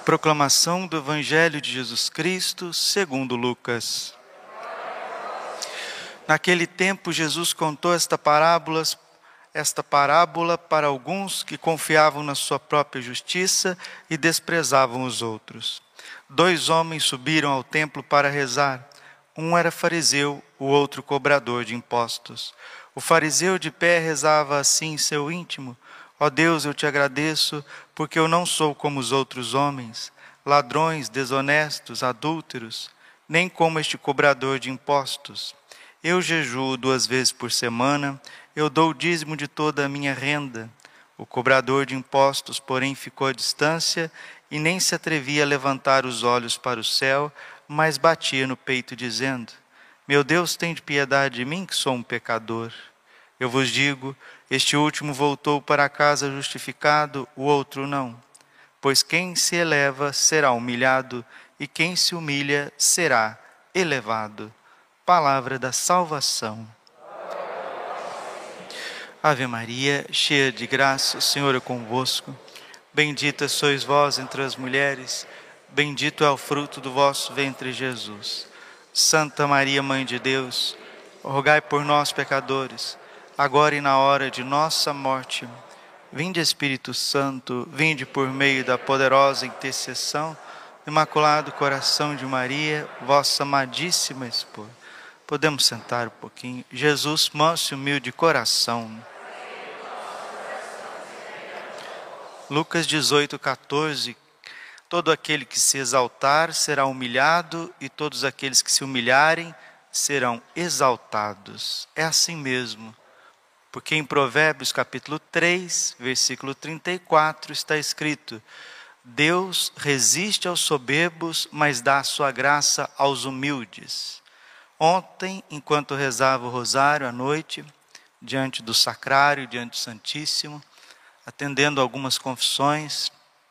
Proclamação do Evangelho de Jesus Cristo, segundo Lucas. Naquele tempo, Jesus contou esta parábola para alguns que confiavam na sua própria justiça e desprezavam os outros. 2 homens subiram ao templo para rezar. Um era fariseu, o outro cobrador de impostos. O fariseu de pé rezava assim em seu íntimo: ó Deus, eu te agradeço, porque eu não sou como os outros homens, ladrões, desonestos, adúlteros, nem como este cobrador de impostos. Eu jejuo 2 vezes por semana, eu dou o dízimo de toda a minha renda. O cobrador de impostos, porém, ficou à distância e nem se atrevia a levantar os olhos para o céu, mas batia no peito, dizendo: meu Deus, tende piedade de mim, que sou um pecador. Eu vos digo, este último voltou para casa justificado, o outro não. Pois quem se eleva será humilhado, e quem se humilha será elevado. Palavra da salvação. Ave Maria, cheia de graça, o Senhor é convosco. Bendita sois vós entre as mulheres, bendito é o fruto do vosso ventre, Jesus. Santa Maria, Mãe de Deus, rogai por nós, pecadores, agora e na hora de nossa morte. Vinde, Espírito Santo, vinde por meio da poderosa intercessão do Imaculado Coração de Maria, vossa amadíssima esposa. Podemos sentar um pouquinho. Jesus, manso e humilde coração. Lucas 18:14. Todo aquele que se exaltar será humilhado, e todos aqueles que se humilharem serão exaltados. É assim mesmo. Porque em Provérbios capítulo 3, versículo 34, está escrito: Deus resiste aos soberbos, mas dá a sua graça aos humildes. Ontem, enquanto rezava o rosário à noite, diante do sacrário, diante do Santíssimo, atendendo algumas confissões,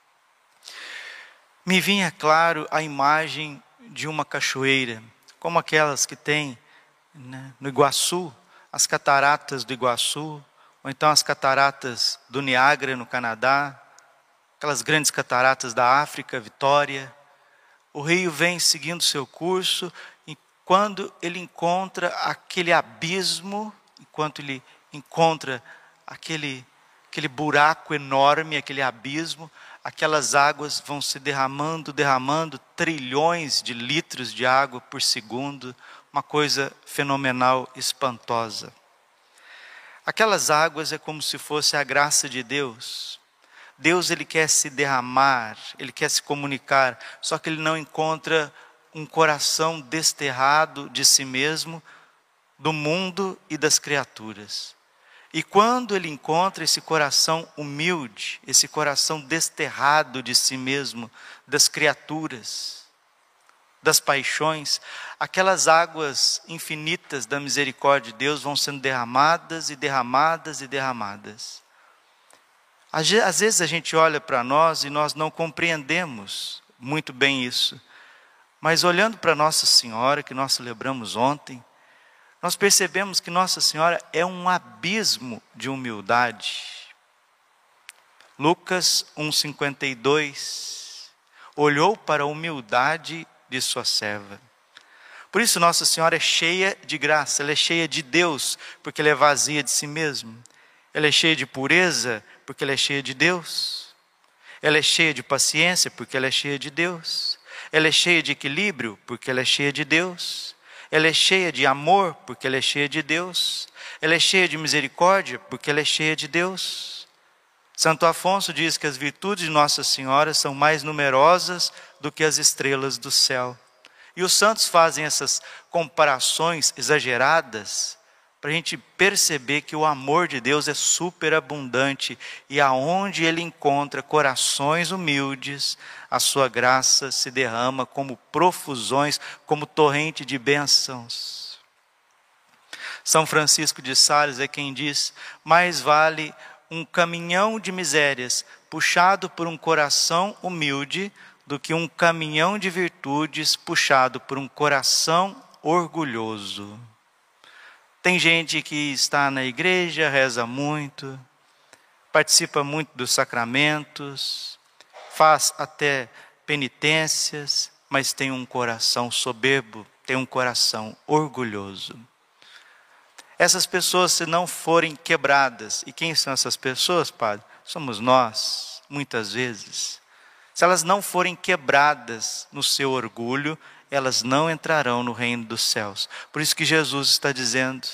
me vinha claro a imagem de uma cachoeira, como aquelas que tem, no Iguaçu, as cataratas do Iguaçu, ou então as cataratas do Niágara, no Canadá, aquelas grandes cataratas da África, Vitória. O rio vem seguindo seu curso, e quando ele encontra aquele abismo, enquanto ele encontra aquele buraco enorme, aquele abismo, aquelas águas vão se derramando, trilhões de litros de água por segundo, uma coisa fenomenal, espantosa. Aquelas águas é como se fosse a graça de Deus. Deus, ele quer se derramar, ele quer se comunicar, só que ele não encontra um coração desterrado de si mesmo, do mundo e das criaturas. E quando ele encontra esse coração humilde, esse coração desterrado de si mesmo, das criaturas, das paixões, aquelas águas infinitas da misericórdia de Deus vão sendo derramadas e derramadas e derramadas. Às vezes a gente olha para nós e nós não compreendemos muito bem isso. Mas olhando para Nossa Senhora, que nós celebramos ontem, nós percebemos que Nossa Senhora é um abismo de humildade. Lucas 1,52, olhou para a humildade de sua serva. Por isso Nossa Senhora é cheia de graça, ela é cheia de Deus, porque ela é vazia de si mesma. Ela é cheia de pureza, porque ela é cheia de Deus. Ela é cheia de paciência, porque ela é cheia de Deus. Ela é cheia de equilíbrio, porque ela é cheia de Deus. Ela é cheia de amor, porque ela é cheia de Deus. Ela é cheia de misericórdia, porque ela é cheia de Deus. Santo Afonso diz que as virtudes de Nossa Senhora são mais numerosas do que as estrelas do céu. E os santos fazem essas comparações exageradas para a gente perceber que o amor de Deus é superabundante, e aonde Ele encontra corações humildes, a sua graça se derrama como profusões, como torrente de bênçãos. São Francisco de Sales é quem diz: mais vale um caminhão de misérias puxado por um coração humilde do que um caminhão de virtudes puxado por um coração orgulhoso. Tem gente que está na igreja, reza muito, participa muito dos sacramentos, faz até penitências, mas têm um coração soberbo, têm um coração orgulhoso. Essas pessoas, se não forem quebradas, e quem são essas pessoas, Padre? Somos nós, muitas vezes. Se elas não forem quebradas no seu orgulho, elas não entrarão no reino dos céus. Por isso que Jesus está dizendo,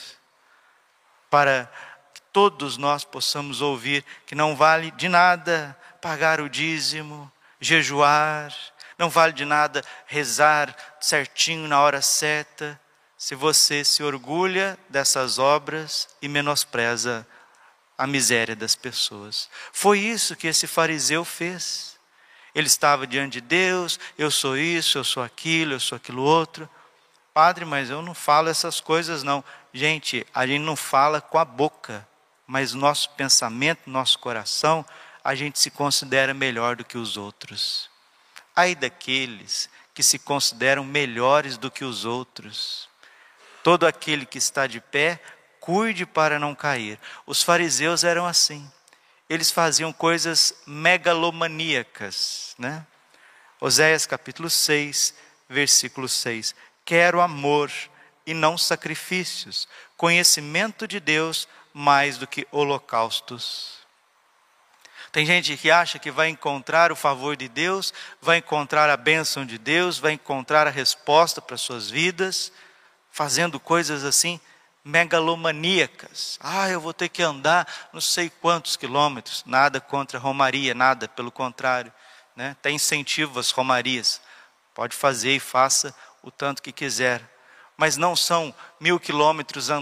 para que todos nós possamos ouvir, que não vale de nada pagar o dízimo, jejuar, não vale de nada rezar certinho na hora certa, se você se orgulha dessas obras e menospreza a miséria das pessoas. Foi isso que esse fariseu fez. Ele estava diante de Deus, eu sou isso, eu sou aquilo outro. Padre, mas eu não falo essas coisas não. Gente, a gente não fala com a boca, mas nosso pensamento, nosso coração, a gente se considera melhor do que os outros. Ai daqueles que se consideram melhores do que os outros. Todo aquele que está de pé, cuide para não cair. Os fariseus eram assim. Eles faziam coisas megalomaníacas, né? Oséias capítulo 6, versículo 6. Quero amor e não sacrifícios, conhecimento de Deus mais do que holocaustos. Tem gente que acha que vai encontrar o favor de Deus, vai encontrar a bênção de Deus, vai encontrar a resposta para suas vidas, fazendo coisas assim megalomaníacas. Eu vou ter que andar não sei quantos quilômetros. Nada contra a romaria, nada, pelo contrário, né? Tem incentivo às romarias. Pode fazer e faça o tanto que quiser. Mas não são 1000 quilômetros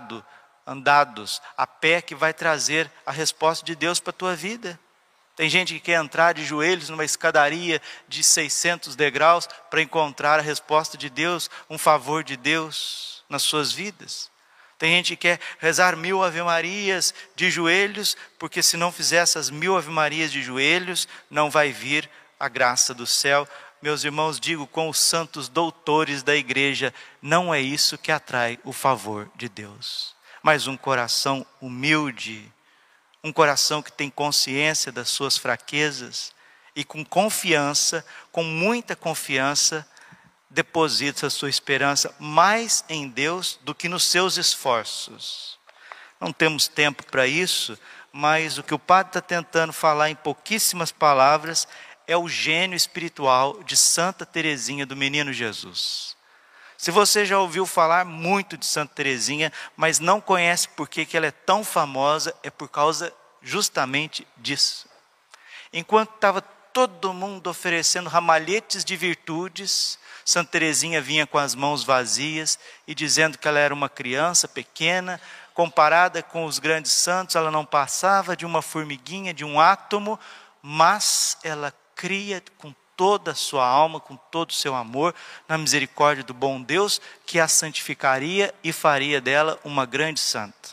andados a pé que vai trazer a resposta de Deus para a tua vida. Tem gente que quer entrar de joelhos numa escadaria de 600 degraus para encontrar a resposta de Deus, um favor de Deus nas suas vidas. Tem gente que quer rezar 1000 ave-marias de joelhos, porque se não fizer essas 1000 ave-marias de joelhos, não vai vir a graça do céu. Meus irmãos, digo com os santos doutores da igreja, não é isso que atrai o favor de Deus. Mas um coração humilde, um coração que tem consciência das suas fraquezas e com confiança, com muita confiança, deposita a sua esperança mais em Deus do que nos seus esforços. Não temos tempo para isso, mas o que o padre está tentando falar em pouquíssimas palavras é o gênio espiritual de Santa Teresinha do Menino Jesus. Se você já ouviu falar muito de Santa Teresinha, mas não conhece por que ela é tão famosa, é por causa justamente disso. Enquanto estava todo mundo oferecendo ramalhetes de virtudes, Santa Teresinha vinha com as mãos vazias e dizendo que ela era uma criança pequena, comparada com os grandes santos, ela não passava de uma formiguinha, de um átomo, mas ela cria com toda a sua alma, com todo o seu amor, na misericórdia do bom Deus, que a santificaria e faria dela uma grande santa.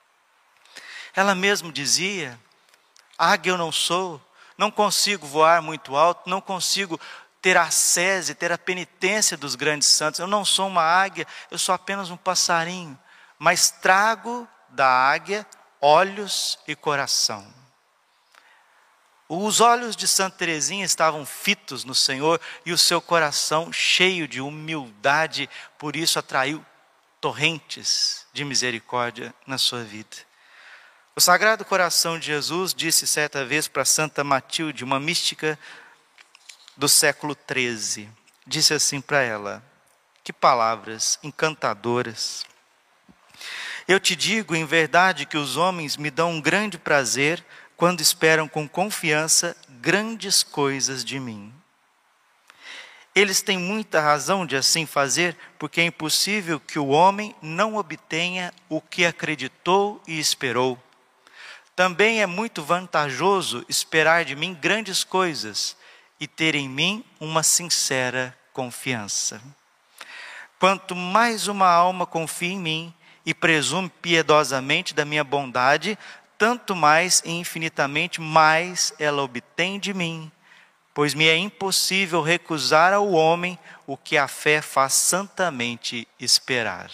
Ela mesma dizia, águia eu não sou, não consigo voar muito alto, não consigo ter a sese, ter a penitência dos grandes santos, eu não sou uma águia, eu sou apenas um passarinho, mas trago da águia olhos e coração. Os olhos de Santa Teresinha estavam fitos no Senhor e o seu coração cheio de humildade, por isso atraiu torrentes de misericórdia na sua vida. O Sagrado Coração de Jesus disse certa vez para Santa Matilde, uma mística do século XIII, disse assim para ela, que palavras encantadoras. Eu te digo em verdade que os homens me dão um grande prazer quando esperam com confiança grandes coisas de mim. Eles têm muita razão de assim fazer, porque é impossível que o homem não obtenha o que acreditou e esperou. Também é muito vantajoso esperar de mim grandes coisas e ter em mim uma sincera confiança. Quanto mais uma alma confia em mim e presume piedosamente da minha bondade, tanto mais e infinitamente mais ela obtém de mim, pois me é impossível recusar ao homem o que a fé faz santamente esperar.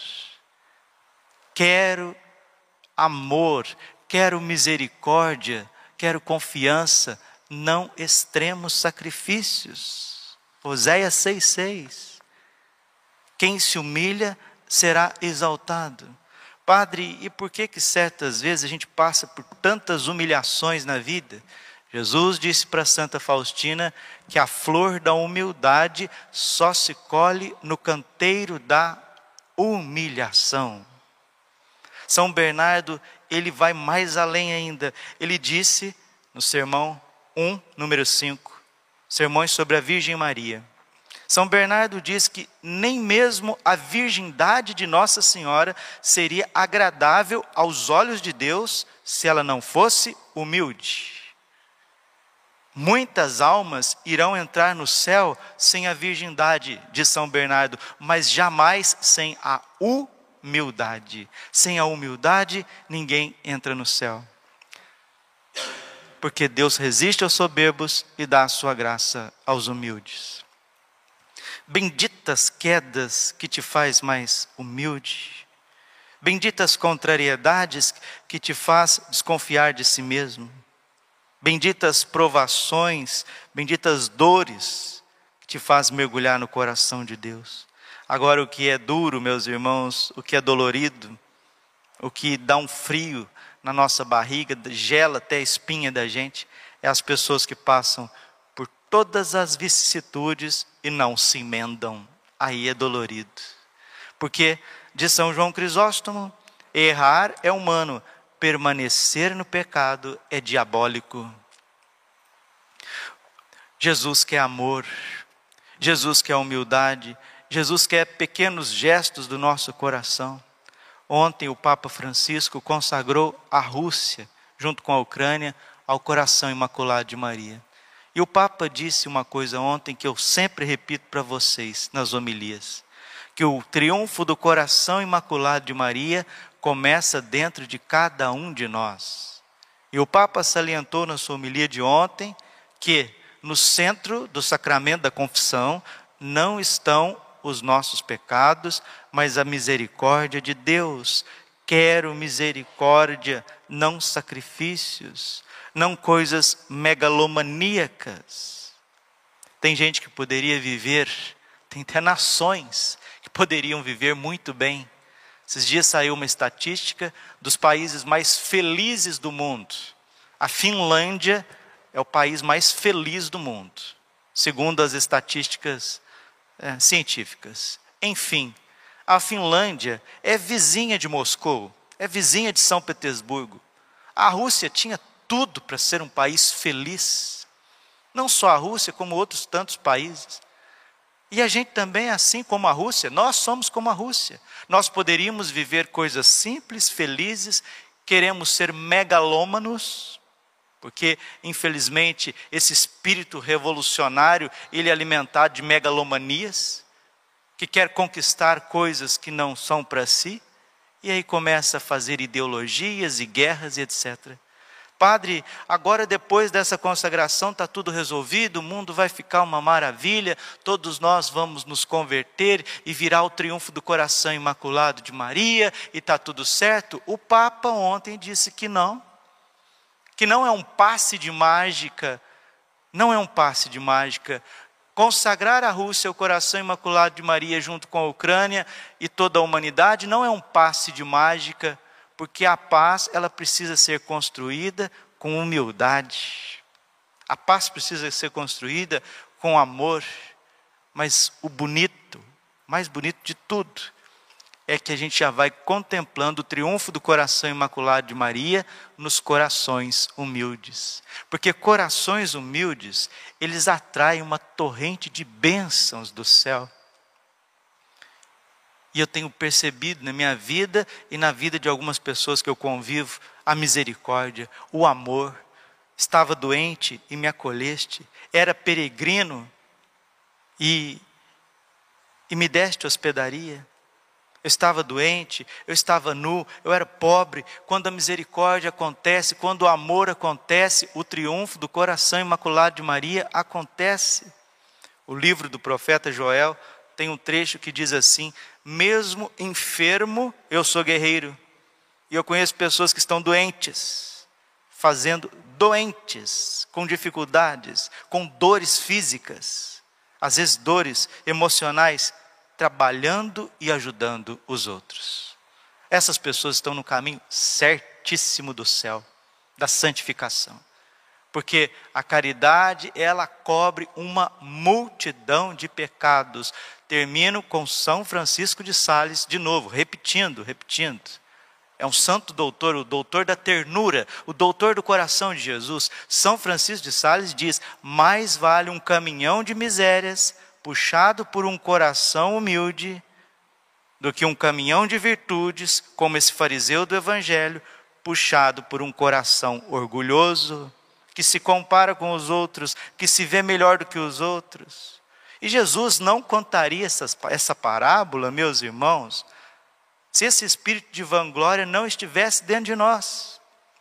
Quero amor, quero misericórdia, quero confiança, não extremos sacrifícios. Oséias 6,6. Quem se humilha será exaltado. Padre, e por que certas vezes a gente passa por tantas humilhações na vida? Jesus disse para Santa Faustina que a flor da humildade só se colhe no canteiro da humilhação. São Bernardo, ele vai mais além ainda. Ele disse no sermão 1, número 5, Sermões sobre a Virgem Maria. São Bernardo diz que nem mesmo a virgindade de Nossa Senhora seria agradável aos olhos de Deus se ela não fosse humilde. Muitas almas irão entrar no céu sem a virgindade de São Bernardo, mas jamais sem a humildade. Sem a humildade, ninguém entra no céu. Porque Deus resiste aos soberbos e dá a sua graça aos humildes. Benditas quedas que te faz mais humilde. Benditas contrariedades que te faz desconfiar de si mesmo. Benditas provações, benditas dores que te faz mergulhar no coração de Deus. Agora o que é duro, meus irmãos, o que é dolorido, o que dá um frio na nossa barriga, gela até a espinha da gente, é as pessoas que passam por todas as vicissitudes e não se emendam. Aí é dolorido. Porque, de São João Crisóstomo, errar é humano, permanecer no pecado é diabólico. Jesus quer amor, Jesus quer humildade, Jesus quer pequenos gestos do nosso coração. Ontem o Papa Francisco consagrou a Rússia, junto com a Ucrânia, ao coração imaculado de Maria. E o Papa disse uma coisa ontem que eu sempre repito para vocês nas homilias, que o triunfo do coração imaculado de Maria começa dentro de cada um de nós. E o Papa salientou na sua homilia de ontem que no centro do sacramento da confissão não estão os nossos pecados, mas a misericórdia de Deus. Quero misericórdia, não sacrifícios, não coisas megalomaníacas. Tem gente que poderia viver, tem até nações que poderiam viver muito bem. Esses dias saiu uma estatística dos países mais felizes do mundo. A Finlândia é o país mais feliz do mundo, segundo as estatísticas científicas. Enfim, a Finlândia é vizinha de Moscou, é vizinha de São Petersburgo. A Rússia tinha tudo para ser um país feliz. Não só a Rússia, como outros tantos países. E a gente também, assim como a Rússia, nós somos como a Rússia. Nós poderíamos viver coisas simples, felizes, queremos ser megalômanos, porque, infelizmente, esse espírito revolucionário, ele é alimentado de megalomanias, que quer conquistar coisas que não são para si, e aí começa a fazer ideologias e guerras e etc. Padre, agora depois dessa consagração está tudo resolvido, o mundo vai ficar uma maravilha, todos nós vamos nos converter e virar o triunfo do coração imaculado de Maria, e está tudo certo? O Papa ontem disse que não é um passe de mágica, não é um passe de mágica. Consagrar a Rússia ao coração imaculado de Maria junto com a Ucrânia e toda a humanidade não é um passe de mágica, porque a paz, ela precisa ser construída com humildade. A paz precisa ser construída com amor. Mas o bonito, mais bonito de tudo, é que a gente já vai contemplando o triunfo do coração imaculado de Maria nos corações humildes. Porque corações humildes, eles atraem uma torrente de bênçãos do céu. E eu tenho percebido na minha vida e na vida de algumas pessoas que eu convivo, a misericórdia, o amor. Estava doente e me acolheste, era peregrino e me deste hospedaria. Eu estava doente, eu estava nu, eu era pobre. Quando a misericórdia acontece, quando o amor acontece, o triunfo do coração imaculado de Maria acontece. O livro do profeta Joel tem um trecho que diz assim: mesmo enfermo, eu sou guerreiro. E eu conheço pessoas que estão doentes, com dificuldades, com dores físicas. às vezes dores emocionais, trabalhando e ajudando os outros. Essas pessoas estão no caminho certíssimo do céu, da santificação. Porque a caridade, ela cobre uma multidão de pecados. Termino com São Francisco de Sales, de novo, repetindo. É um santo doutor, o doutor da ternura, o doutor do coração de Jesus. São Francisco de Sales diz: mais vale um caminhão de misérias, puxado por um coração humilde, do que um caminhão de virtudes, como esse fariseu do Evangelho, puxado por um coração orgulhoso, que se compara com os outros, que se vê melhor do que os outros. E Jesus não contaria essa parábola, meus irmãos, se esse espírito de vanglória não estivesse dentro de nós.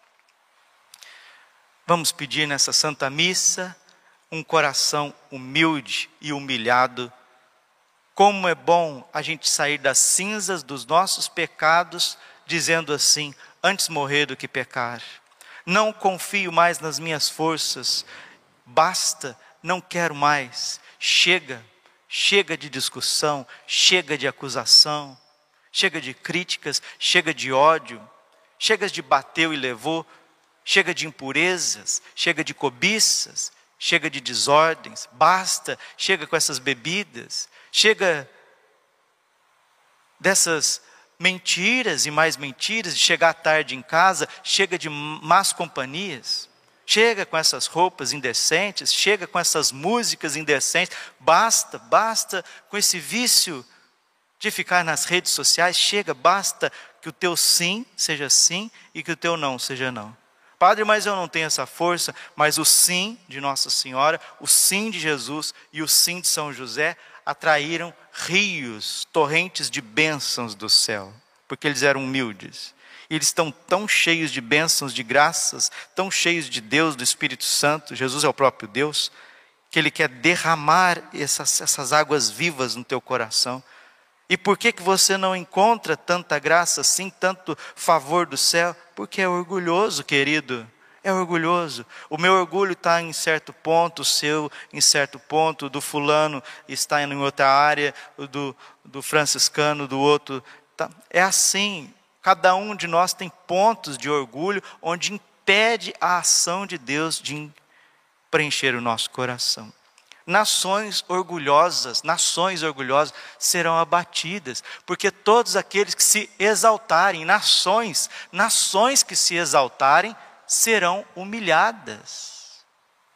Vamos pedir nessa Santa Missa um coração humilde e humilhado. Como é bom a gente sair das cinzas dos nossos pecados, dizendo assim: antes morrer do que pecar. Não confio mais nas minhas forças, basta, não quero mais, chega de discussão, chega de acusação, chega de críticas, chega de ódio, chega de bateu e levou, chega de impurezas, chega de cobiças, chega de desordens, basta, chega com essas bebidas, chega dessas mentiras e mais mentiras, de chegar tarde em casa, chega de más companhias, chega com essas roupas indecentes, chega com essas músicas indecentes, basta com esse vício de ficar nas redes sociais, chega, basta que o teu sim seja sim e que o teu não seja não. Padre, mas eu não tenho essa força, mas o sim de Nossa Senhora, o sim de Jesus e o sim de São José atraíram rios, torrentes de bênçãos do céu, porque eles eram humildes. E eles estão tão cheios de bênçãos, de graças, tão cheios de Deus, do Espírito Santo, Jesus é o próprio Deus, que Ele quer derramar essas águas vivas no teu coração. E por que você não encontra tanta graça assim, tanto favor do céu? Porque é orgulhoso, querido. É orgulhoso. O meu orgulho está em certo ponto, o seu em certo ponto, do fulano está em outra área, do franciscano, do outro. Tá. É assim. Cada um de nós tem pontos de orgulho onde impede a ação de Deus de preencher o nosso coração. Nações orgulhosas serão abatidas, porque todos aqueles que se exaltarem, nações que se exaltarem, serão humilhadas.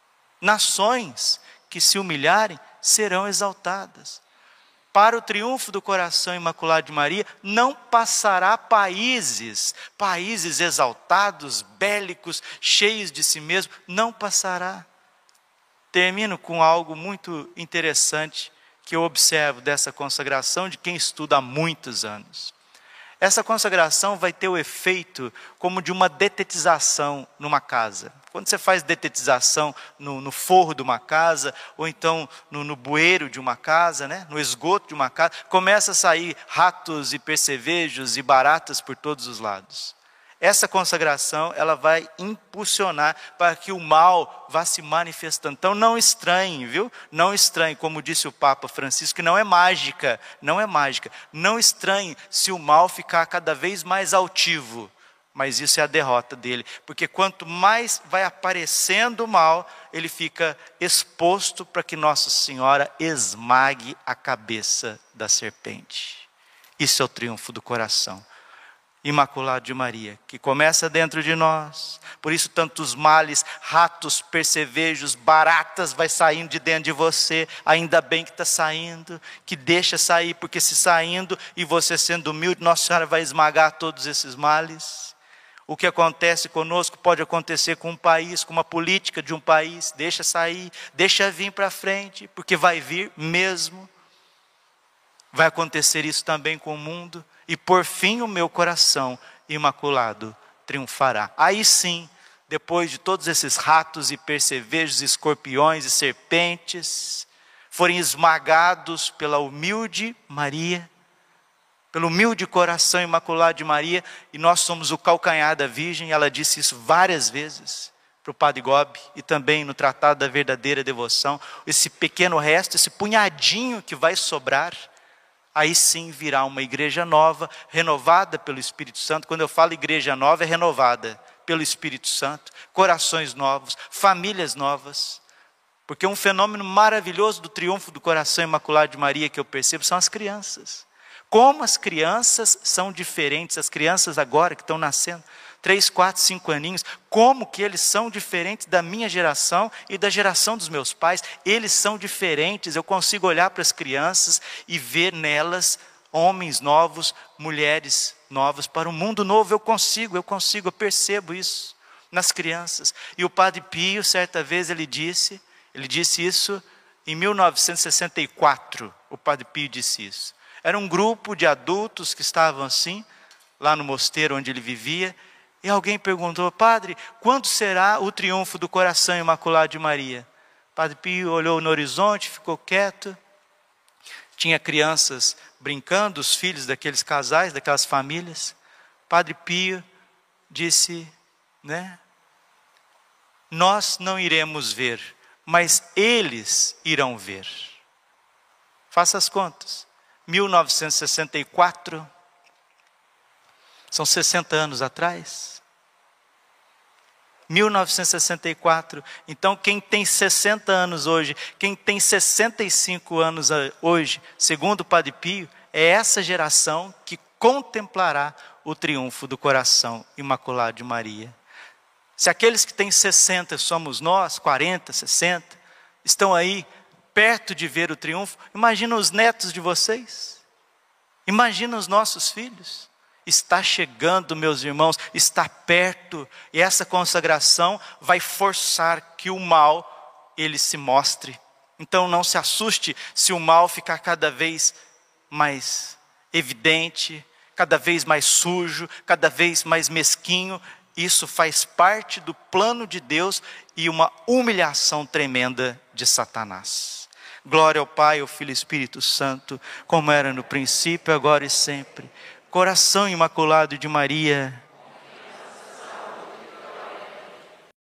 Nações que se humilharem, serão exaltadas. Para o triunfo do coração imaculado de Maria, não passará países exaltados, bélicos, cheios de si mesmo, não passará. Termino com algo muito interessante que eu observo dessa consagração de quem estuda há muitos anos. Essa consagração vai ter o efeito como de uma detetização numa casa. Quando você faz detetização no forro de uma casa, ou então no bueiro de uma casa, né? No esgoto de uma casa, começa a sair ratos e percevejos e baratas por todos os lados. Essa consagração, ela vai impulsionar para que o mal vá se manifestando. Então não estranhe, viu? Não estranhe, como disse o Papa Francisco, que não é mágica. Não estranhe se o mal ficar cada vez mais altivo. Mas isso é a derrota dele. Porque quanto mais vai aparecendo o mal, ele fica exposto para que Nossa Senhora esmague a cabeça da serpente. Isso é o triunfo do coração Imaculado de Maria, que começa dentro de nós. Por isso tantos males, ratos, percevejos, baratas vai saindo de dentro de você. Ainda bem que está saindo, que deixa sair, porque se saindo e você sendo humilde, Nossa Senhora vai esmagar todos esses males. O que acontece conosco pode acontecer com um país, com uma política de um país. Deixa sair, deixa vir para frente, porque vai vir mesmo. Vai acontecer isso também com o mundo. E por fim o meu coração imaculado triunfará. Aí sim, depois de todos esses ratos e percevejos, escorpiões e serpentes forem esmagados pela humilde Maria, pelo humilde coração imaculado de Maria, e nós somos o calcanhar da Virgem, ela disse isso várias vezes, para o Padre Gobi e também no Tratado da Verdadeira Devoção, esse pequeno resto, esse punhadinho que vai sobrar, aí sim virá uma igreja nova, renovada pelo Espírito Santo. Quando eu falo igreja nova, é renovada pelo Espírito Santo, corações novos, famílias novas. Porque um fenômeno maravilhoso do triunfo do coração imaculado de Maria que eu percebo são as crianças. Como as crianças são diferentes, as crianças agora que estão nascendo, 3, 4, 5 aninhos, como que eles são diferentes da minha geração e da geração dos meus pais. Eles são diferentes, eu consigo olhar para as crianças e ver nelas homens novos, mulheres novas, para um mundo novo. Eu percebo isso nas crianças. E o Padre Pio, certa vez, ele disse isso em 1964, o Padre Pio disse isso. Era um grupo de adultos que estavam assim, lá no mosteiro onde ele vivia, e alguém perguntou: padre, quando será o triunfo do coração imaculado de Maria? O Padre Pio olhou no horizonte, ficou quieto. Tinha crianças brincando, os filhos daqueles casais, daquelas famílias. O Padre Pio disse, nós não iremos ver, mas eles irão ver. Faça as contas. 1964, são 60 anos atrás. 1964, então quem tem 60 anos hoje, quem tem 65 anos hoje, segundo o Padre Pio, é essa geração que contemplará o triunfo do coração imaculado de Maria. Se aqueles que têm 60 somos nós, 40, 60, estão aí perto de ver o triunfo, imagina os netos de vocês, imagina os nossos filhos. Está chegando, meus irmãos, está perto, e essa consagração vai forçar que o mal, ele se mostre. Então não se assuste se o mal ficar cada vez mais evidente, cada vez mais sujo, cada vez mais mesquinho. Isso faz parte do plano de Deus e uma humilhação tremenda de Satanás. Glória ao Pai, ao Filho e ao Espírito Santo, como era no princípio, agora e sempre. Coração imaculado de Maria,